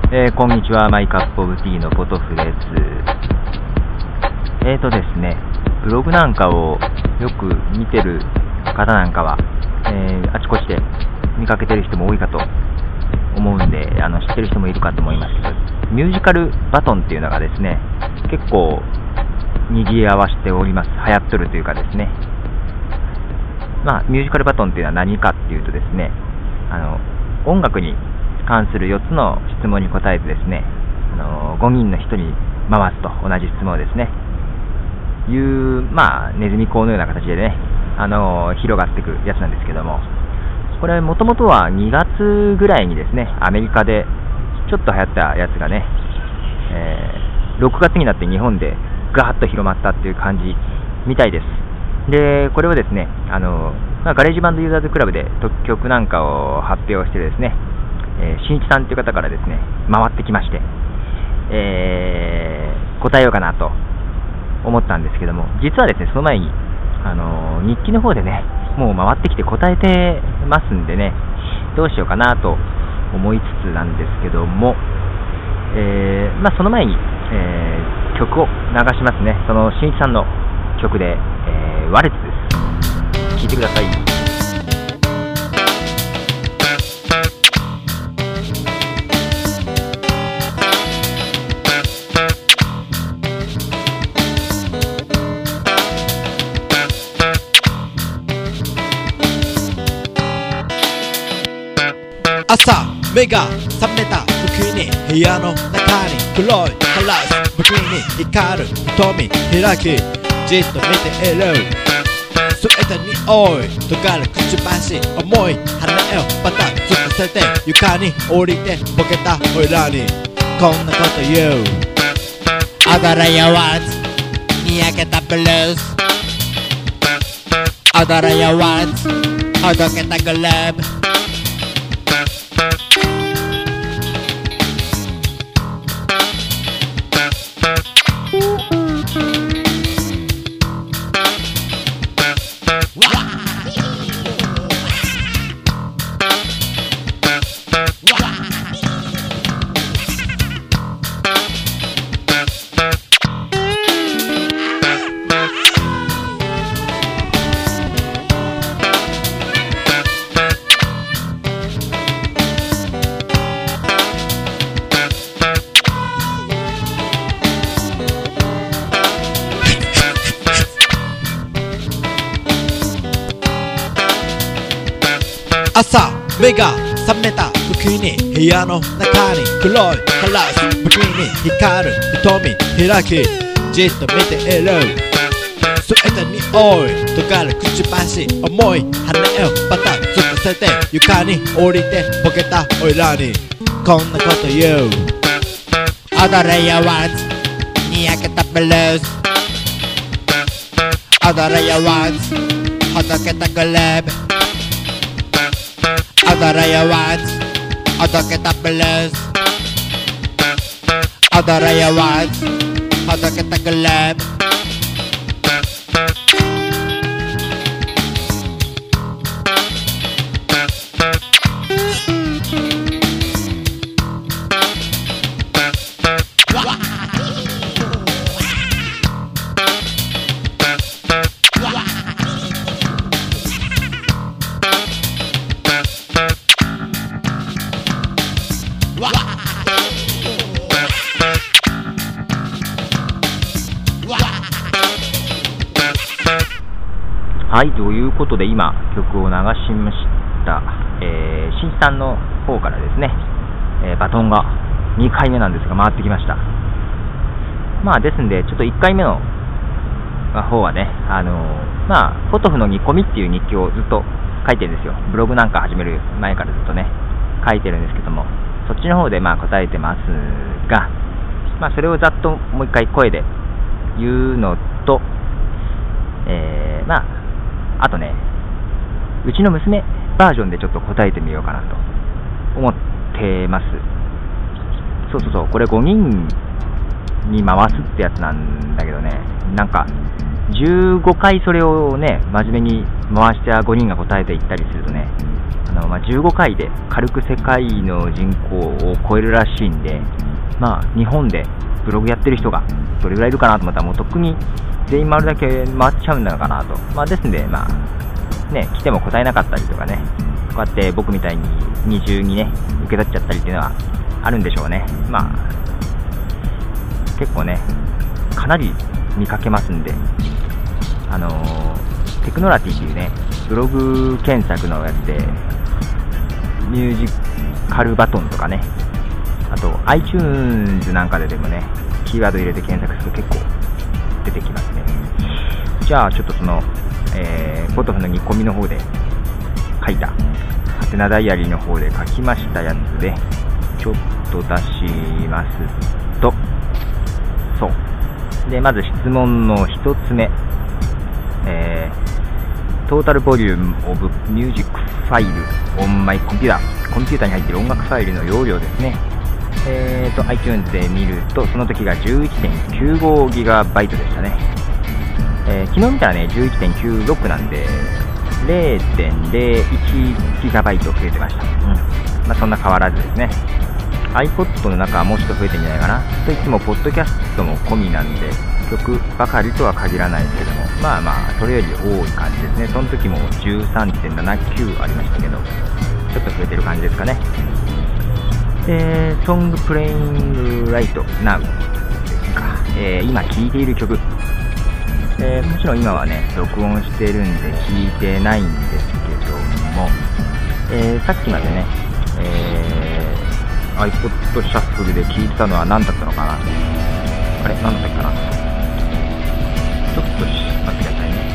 こんにちは。マイカップオブティーのポトフです。ですね、ブログなんかをよく見てる方なんかは、あちこちで見かけてる人も多いかと思うんで、知ってる人もいるかと思いますけど、ミュージカルバトンっていうのがですね、結構賑わしております。流行っとるというかですね、ミュージカルバトンっていうのは何かっていうとですね、音楽に関する4つの質問に答えてですね、5人の人に回すと、同じ質問をですね、ネズミ講のような形でね、広がっていくやつなんですけども、これもともとは2月ぐらいにですね、アメリカでちょっと流行ったやつがね、6月になって日本でガーッと広まったっていう感じみたいです。で、これをですね、ガレージバンドユーザーズクラブで特曲なんかを発表してですね、新一さんという方からですね、回ってきまして、答えようかなと思ったんですけども、実はですね、その前に、日記の方でね、もう回ってきて答えてますんでね、どうしようかなと思いつつなんですけども、その前に、曲を流しますね。その新一さんの曲で、ワレツです。聴いてください。 朝目が覚めた時に部屋の中に黒いカラス僕に光る瞳開きじっと見ている吸えた匂い尖るくちばし重い羽をバタつかせて床に降りてボケたおいらにこんなこと言う踊れよワンツにやけたブルース踊れよワンツほどけたグルーブ朝目が覚めた時に部屋の中に黒いカラス僕に光る瞳開きじっと見ている吸えた匂い尖るくちばし重い羽をバタつかせて床に降りてボケたおいらにこんなこと言う踊れよワンツにやけたブルース踊れよワンツほどけたグルーブ踊れよワンツほどけたブルース踊れよワンツほどけたグルーブはい、ということで今曲を流しました、新一さんの方からですね、バトンが2回目なんですが回ってきました。ですんでちょっと1回目の方はね、ポトフの煮込みっていう日記をずっと書いてるんですよ。ブログなんか始める前からずっとね書いてるんですけども、そっちの方で答えてますが、それをざっともう一回声で言うのと、あとね、うちの娘バージョンでちょっと答えてみようかなと思ってます。そう、これ5人に回すってやつなんだけどね、15回それをね、真面目に回して5人が答えていったりするとね、 15回で軽く世界の人口を超えるらしいんで、日本でブログやってる人がどれぐらいいるかなと思ったら、もうとっくに全員回るだけ回っちゃうんだかなと。ですんで、来ても答えなかったりとかね、こうやって僕みたいに二重にね、受け取っちゃったりっていうのはあるんでしょうね。結構ね、かなり見かけますんで、テクノラティっていうね、ブログ検索のやつで、ミュージカルバトンとかね、あと iTunes なんかでもね、キーワード入れて検索すると結構出てきますね。じゃあちょっとその、ポトフの煮込みの方で書いた、ハテナダイアリーの方で書きましたやつで、ちょっと出しますと、で、まず質問の一つ目、トータルボリュームオブミュージックファイルオンマイコンピューター、コンピューターに入っている音楽ファイルの容量ですね。iTunes で見ると、その時が 11.95GB でしたね。昨日見たらね、11.96 なんで、0.01GB 増えてました。そんな変わらずですね。iPod の中はもうちょっと増えてるんじゃないかな。といっても、ポッドキャストも込みなんで、曲ばかりとは限らないですけども、それより多い感じですね。その時も 13.79 ありましたけど、ちょっと増えてる感じですかね。Song Playing Right Now ですか。今聴いている曲。もちろん今はね、録音してるんで聴いてないんですけども、さっきまでね、iPod シャッフルで聴いてたのは何だったのかな。あれ、何だったっけかな。ちょっと待ってくださいね。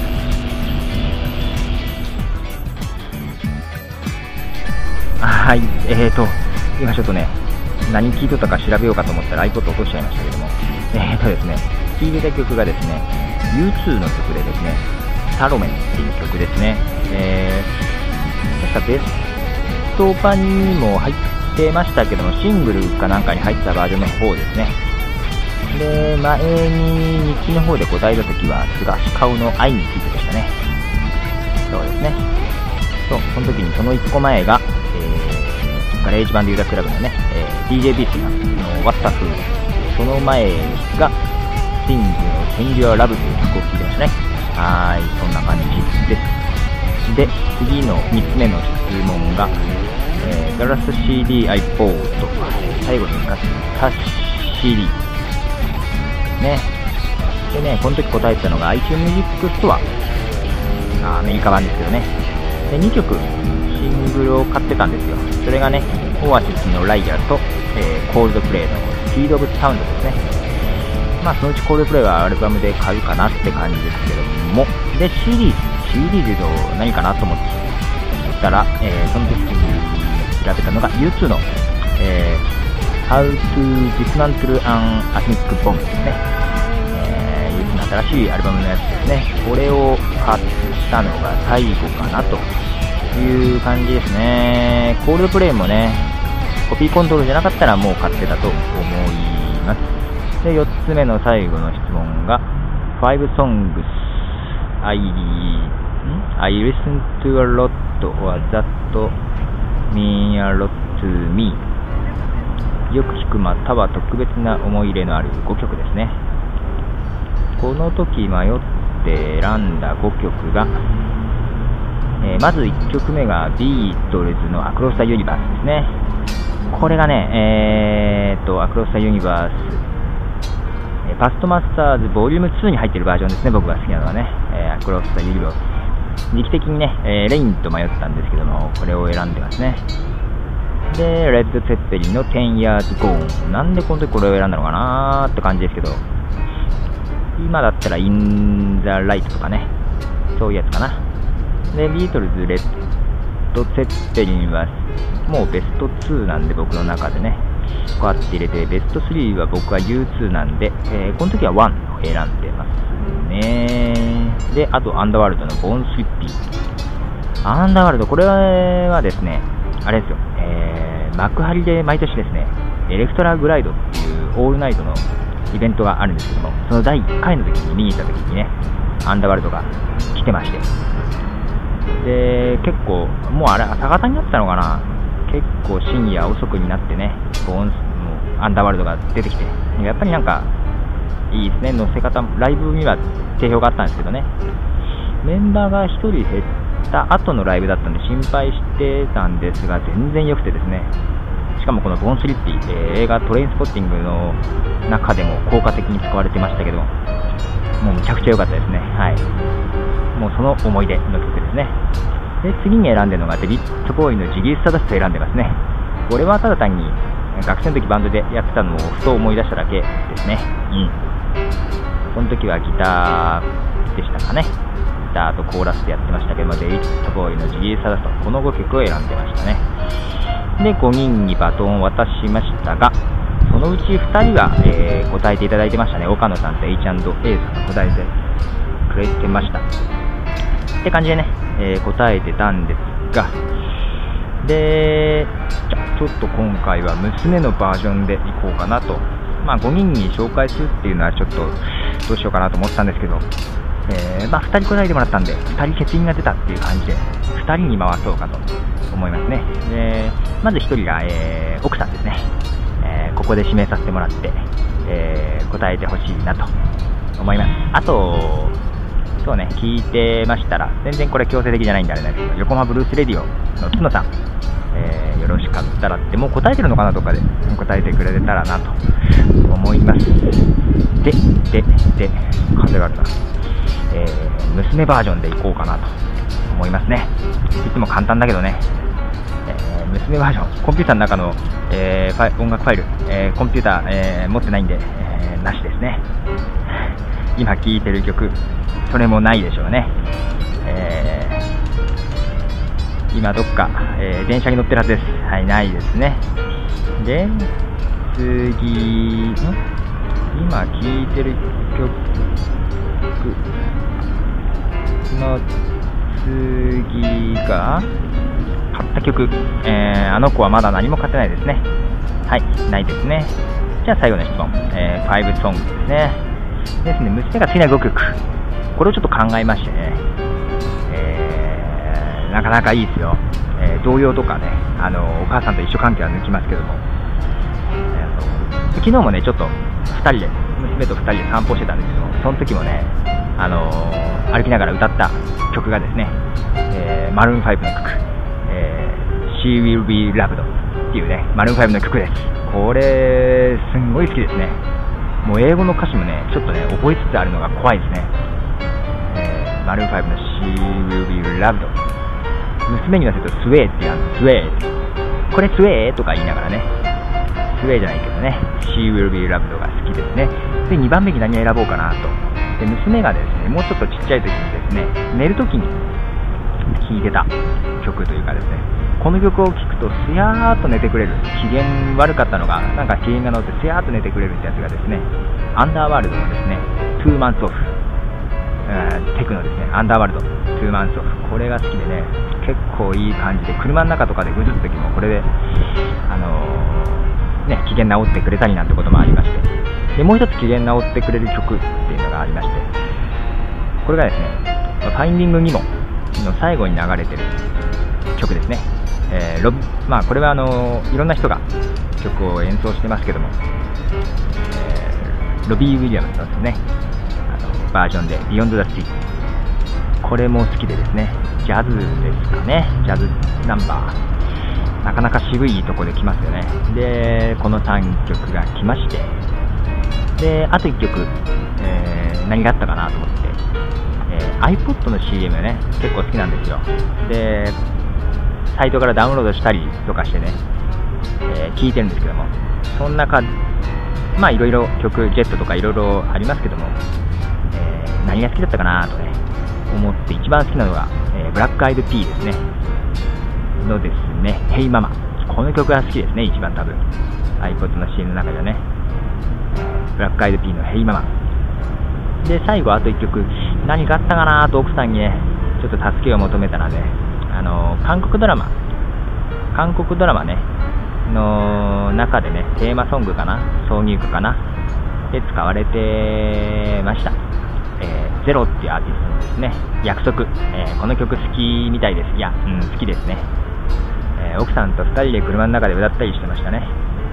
はい、今ちょっとね、何聴いとったか調べようかと思ったら iPod 落としちゃいましたけども、ですね、聴いてた曲がですね、U2 の曲でですね、サロメンっていう曲ですね。確かベスト版にも入ってましたけども、シングルかなんかに入ったバージョンの方ですね。で、前に日記の方で答えたときは、菅氏顔の愛についてでしたね。そうですね。その時にその1個前が、ガレージバンドユーザークラブのね、DJ ビーストさんの What the Fool。その前が、スティングの Send Your Love という曲を聴いてましたね。そんな感じです。で、次の3つ目の質問が、The Last CD I Bought、最後に買ったCD。ね。でね、この時答えてたのが iTunes Music Store、アメリカ版ですけどね。で、2曲シングルを買ってたんですよ。それがね、オアシスのライヤーと、コールドプレイのスピードオブサウンドですね。そのうちコールドプレイはアルバムで買うかなって感じですけども、で、CD で言うと何かなと思ったら、その時に調べたのが U2 の、How to Dismantle an Atomic Bomb ですね。U2 の新しいアルバムのやつですね。これを買ったのが最後かなという感じですね。コールドプレイもね、コピーコントロールじゃなかったらもう買ってたと思います。で、4つ目の最後の質問が Five songs I listen to a lot or that mean a lot to me。 よく聞くまたは特別な思い入れのある5曲ですね。この時迷って選んだ5曲が、まず1曲目がビートルズのアクロス・ザ・ユニバースですね。これがね、アクロス・ザ・ユニバース、パストマスターズボリューム2に入っているバージョンですね。僕が好きなのはね、アクロス・ザ・ユニバース。時期的にね、レインと迷ったんですけども、これを選んでますね。で、レッド・ツェッペリンの10 Years Gone。なんでこの時これを選んだのかなーって感じですけど、今だったら In the Light とかね、そういうやつかな。で、ビートルズ、レッド・ツェッペリンはもうベスト2なんで、僕の中でね、こうやって入れて、ベスト3は僕は U2 なんで、この時は1を選んでますね。で、あとアンダーワールドのボーンスリッピー。アンダーワールド、これはですね、あれですよ、幕張で毎年ですね、エレクトラグライドっていうオールナイトのイベントがあるんですけども、その第1回の時に見に行った時にね、アンダーワールドが来てまして、 で、結構、もうあれ、朝方になってたのかな、結構深夜遅くになってね、もうアンダーワールドが出てきて、やっぱりなんか、いいですね、乗せ方、ライブには定評があったんですけどね、メンバーが1人減った後のライブだったんで心配してたんですが、全然良くてですね、しかもこのボーンスリッピー、映画トレインスポッティングの中でも効果的に使われてましたけど、もうむちゃくちゃ良かったですね。はい、もうその思い出の曲ですね。で、次に選んでるのがデビッド・ボーイのジギー・スタダスト選んでますね。これはただ単に学生の時バンドでやってたのをふと思い出しただけですね。この時はギターでしたかね。ギターとコーラスでやってましたけども、デビッド・ボーイのジギー・スタダスト、この5曲を選んでましたね。で、5人にバトンを渡しましたが、そのうち2人は、答えていただいてましたね。岡野さんと H&A さんが答えてくれてましたって感じでね、答えてたんですが、で、ちょっと今回は娘のバージョンでいこうかなと。5人に紹介するっていうのはちょっとどうしようかなと思ってたんですけど、2人答えてもらったんで、2人欠員が出たっていう感じで、2人に回そうかと思いますね。で、まず1人が、奥さんですね。ここで指名させてもらって、答えてほしいなと思います。あと、そうね、聞いてましたら、全然これ強制的じゃないんであれなんですけど、横浜ブルースレディオの角さん、よろしかったらって、もう答えてるのかなとかで答えてくれたらなと思います。で、風があるな。娘バージョンでいこうかなと思いますね。いつも簡単だけどね、娘バージョン、コンピューターの中の、音楽ファイル、コンピューター、持ってないんで、なしですね。今聴いてる曲、それもないでしょうね。今どっか、電車に乗ってるはずです。はい、ないですね。で、今聴いてる曲の次が買った曲、あの子はまだ何も買ってないですね。はい、ないですね。じゃあ最後の質問、5ソングですね。ですね、娘が好きな5曲、これをちょっと考えましてね、なかなかいいですよ。童謡とかね、お母さんと一緒関係は抜きますけども、昨日もね、ちょっと2人で、娘と2人で散歩してたんですけど、その時もね、歩きながら歌った曲がですね、マルーン5の曲、She Will Be Loved っていうね、マルーン5の曲です。これ、すんごい好きですね。もう英語の歌詞もね、ちょっとね、覚えつつあるのが怖いですね。マルーン5の She Will Be Loved。娘に言わせるとスウェーって言うスウェー。これスウェーとか言いながらね、スウェーじゃないけどね、She Will Be Loved が好きですね。で、2番目に何を選ぼうかなと。で、娘がですね、もうちょっとちっちゃい時にですね、寝る時に聴いてた曲というかですね、この曲を聴くとスヤーっと寝てくれる。機嫌悪かったのが、なんか機嫌が乗ってスヤーっと寝てくれるってやつがですね、アンダーワールドのですね、2 months off、テクノですね、アンダーワールド2 months off、これが好きでね、結構いい感じで、車の中とかでぐずった時もこれで、機嫌直ってくれたりなんてこともありまして、でもう一つ機嫌直ってくれる曲っていうのがありまして、これがですね、ファインディング・ニモの最後に流れてる曲ですね。これはいろんな人が曲を演奏してますけども、ロビー・ウィリアムズのですね、バージョンで Beyond the Sea、 これも好きでですね、ジャズですかね、ジャズナンバー、なかなか渋いところで来ますよね。で、この3曲が来まして、で、あと1曲、何があったかなと思って、iPod の CM ね、結構好きなんですよ。で、サイトからダウンロードしたりとかしてね、聴いてるんですけども、その中、いろいろ曲、ジェットとかいろいろありますけども、何が好きだったかなとね、思って一番好きなのが、ブラックアイドピーですね。のですね、Hey Mama。この曲が好きですね、一番多分。iPod の CM の中ではね。ブラックアイドピーの Hey Mama。で、最後あと1曲、何かあったかなと奥さんにね、ちょっと助けを求めたらね、韓国ドラマね、の中でね、テーマソングかな、挿入歌かな、で使われてました。 ゼロっていうアーティストのですね、約束、この曲好きみたいです。いや、好きですね。奥さんと2人で車の中で歌ったりしてましたね。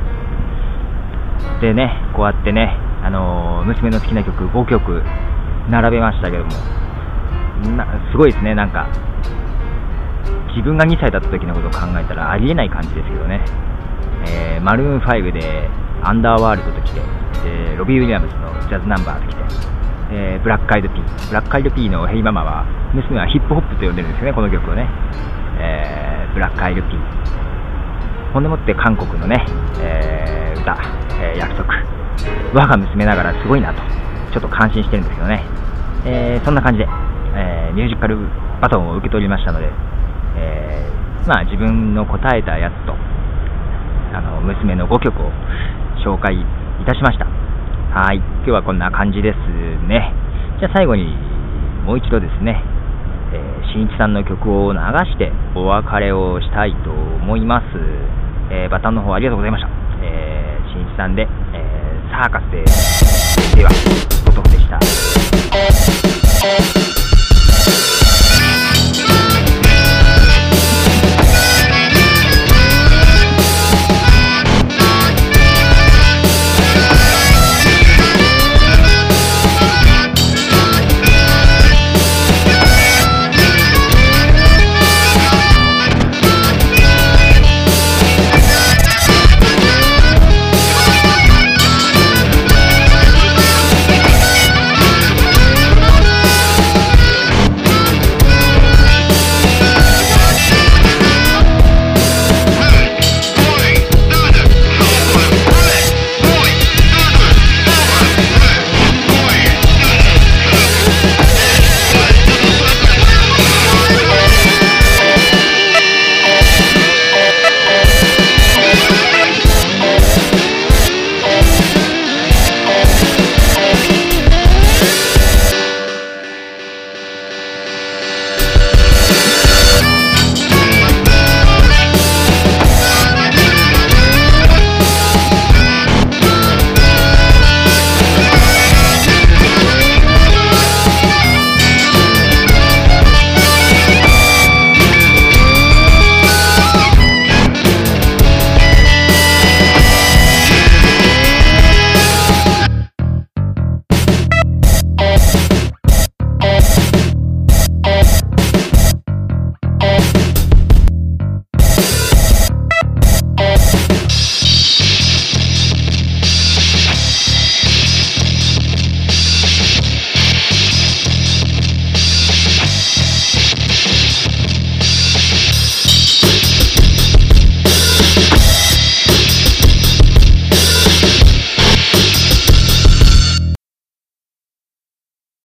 でね、こうやってね、娘の好きな曲5曲並べましたけども、すごいですね。なんか自分が2歳だった時のことを考えたらありえない感じですけどね。マルーン5でアンダーワールドと来て、ロビー・ウィリアムズのジャズナンバーと来て、ブラックアイドピーのヘイママは、娘はヒップホップと呼んでるんですよね、この曲をね。ブラックアイドピー、ほんでもって韓国のね、歌、約束、我が娘ながらすごいなとちょっと感心してるんですけどね。そんな感じで、ミュージカルバトンを受け取りましたので、自分の答えたやつと娘の5曲を紹介いたしました。はい、今日はこんな感じですね。じゃあ最後にもう一度ですね、しんいちさんの曲を流してお別れをしたいと思います。バタンの方ありがとうございました。しんいちさんで、サーカスでは、おとふでした。